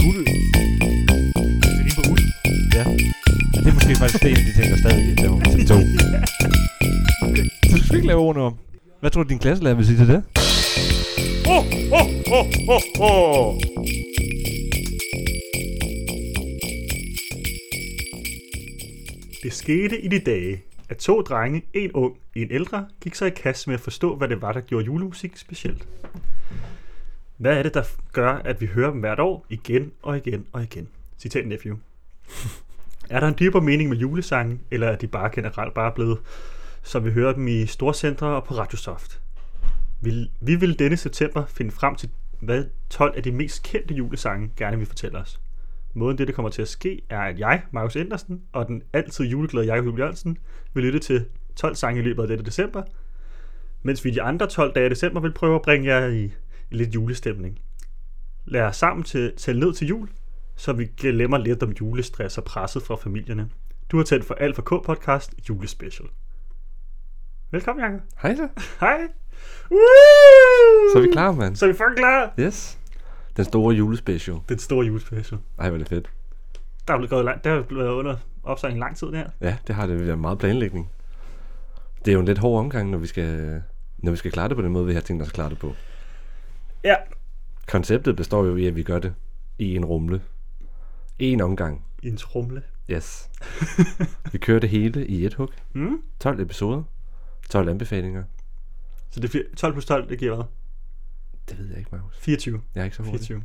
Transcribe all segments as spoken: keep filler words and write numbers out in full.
Uld. Det er lige på uld. Ja. Og det er måske faktisk det, en af de ting, der stadig laver til to. Okay. Så du skal ikke lave ordene om. Hvad tror du, din klasselærer vil sige til det? Ho, ho, ho, ho, ho. Det skete i de dage, at to drenge, en ung, en ældre, gik sig i kast med at forstå, hvad det var, der gjorde julemusik specielt. Hvad er det, der gør, at vi hører dem hvert år, igen og igen og igen? Citat Nephew. Er der en dybere mening med julesangen, eller er de bare generelt bare blevet, som vi hører dem i storcentre og på Radiosoft? Vi, vi vil denne september finde frem til, hvad tolv af de mest kendte julesange gerne vil fortælle os. Måden det, det kommer til at ske, er, at jeg, Markus Endersen, og den altid juleglade Jakob Juhl Jørgensen, vil lytte til tolv sange i løbet af dette december, mens vi de andre tolv dage i december vil prøve at bringe jer i, i lidt julestemning. Lad os sammen til, tælle ned til jul, så vi glemmer lidt om julestress og presset fra familierne. Du har tændt for Alt for K podcast julespecial. Velkommen, Jakob. Hej så. Hej. Woo! Så er vi klar, mand. Så er vi fucking klar. Yes. Den store julespecial. Den store julespecial. Ej, hvor er det fedt. Der er blevet gået lang, der er blevet under opsejling lang tid, det her. Ja, det har det været meget planlægning. Det er jo en lidt hård omgang, når vi skal, når vi skal klare det på den måde, vi har tænkt os at klare det på. Ja. Konceptet består jo i, at vi gør det i en rumle. En omgang. I en trumle. Yes. Vi kører det hele i et hug. Mm. tolv episoder. tolv anbefalinger. Så det er tolv plus tolv, det giver hvad? Det ved jeg ikke, Markus. fireogtyve. Jeg er ikke så hurtig. fireogtyve.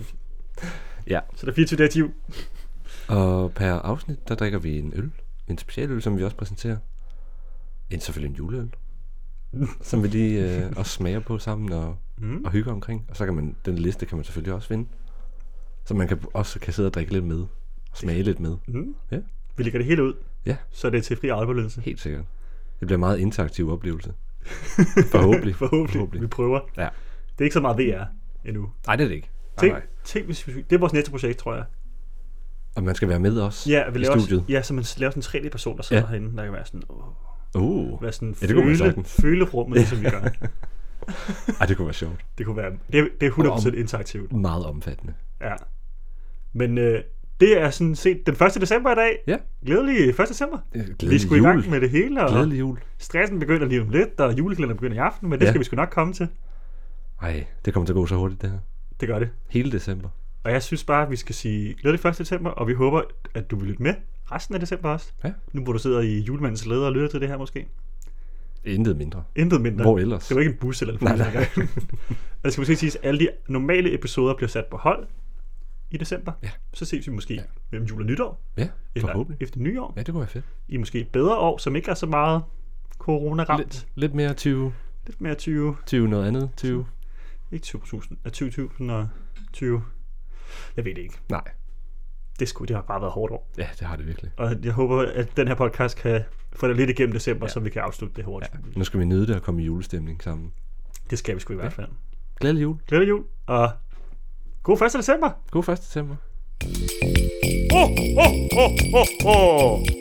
Ja. Så der er fireogtyve dage til jul. Og per afsnit, der drikker vi en øl. En specialøl, som vi også præsenterer. En selvfølgelig en juleøl. Som vi lige øh, også smager på sammen og, mm. og hygger omkring. Og så kan man, den liste kan man selvfølgelig også vinde. Så man kan også kan sidde og drikke lidt med. Og smage lidt med. Mm. Ja. Vi lægger det hele ud. Ja. Så det er til fri afbenyttelse. Helt sikkert. Det bliver en meget interaktiv oplevelse. Forhåbentlig. Forhåbentlig. Forhåbentlig. Vi prøver. Ja. Det er ikke så meget V R endnu. Nej, det er det ikke. Tænk, nej, nej. tænk, hvis vi, det er vores næste projekt, tror jeg. Og man skal være med også ja, vi i laver studiet. Også, ja, så man laver sådan en tre D-person, der sidder ja. herinde. Der kan være sådan... Oh, uh. være sådan ja, det kunne føle, føle rummet, som vi gør. Ej, det kunne være sjovt. Det kunne være... Det, det er hundrede procent interaktivt. Meget omfattende. Ja. Men øh, det er sådan set den første december i dag. Ja. Glædelig første december. Glædelig vi skulle jul. i gang med det hele. Og glædelig jul. Stressen begynder lige om lidt, og julekalenderen begynder i aften, men det ja. skal vi sgu nok komme til. Ej, det kommer til at gå så hurtigt, det her. Det gør det. Hele december. Og jeg synes bare, at vi skal sige glædelig første december, og vi håber, at du vil lytte med resten af december også. Ja. Nu hvor du sidder i julemandens leder og lytter til det her måske. Intet mindre. Intet mindre. Hvor ellers? Det var ikke en bus eller en nej, nej. Jeg skal måske sige, at alle de normale episoder bliver sat på hold i december. Ja. Så ses vi måske ja. mellem jul og nytår. Ja, eller forhåbentlig. efter nyår. Ja, det kunne være fedt. I måske et bedre år, som ikke er så meget corona-ramt. Lidt, lidt mere tyve. Lidt mere tyve. tyve noget andet. tyve. Ikke tyve tusind. Er tyve tusind og tyve. Jeg ved det ikke. Nej. Det, skulle, det har bare været hårdt år. Ja, det har det virkelig. Og jeg håber, at den her podcast kan få det lidt igennem december, ja. så vi kan afslutte det hurtigt. Ja. Nu skal vi nyde det og komme i julestemning sammen. Det skal vi sgu i hvert fald. Glædelig jul. Glædelig jul. Og god første december. God første december. Ho, ho, ho, ho, ho.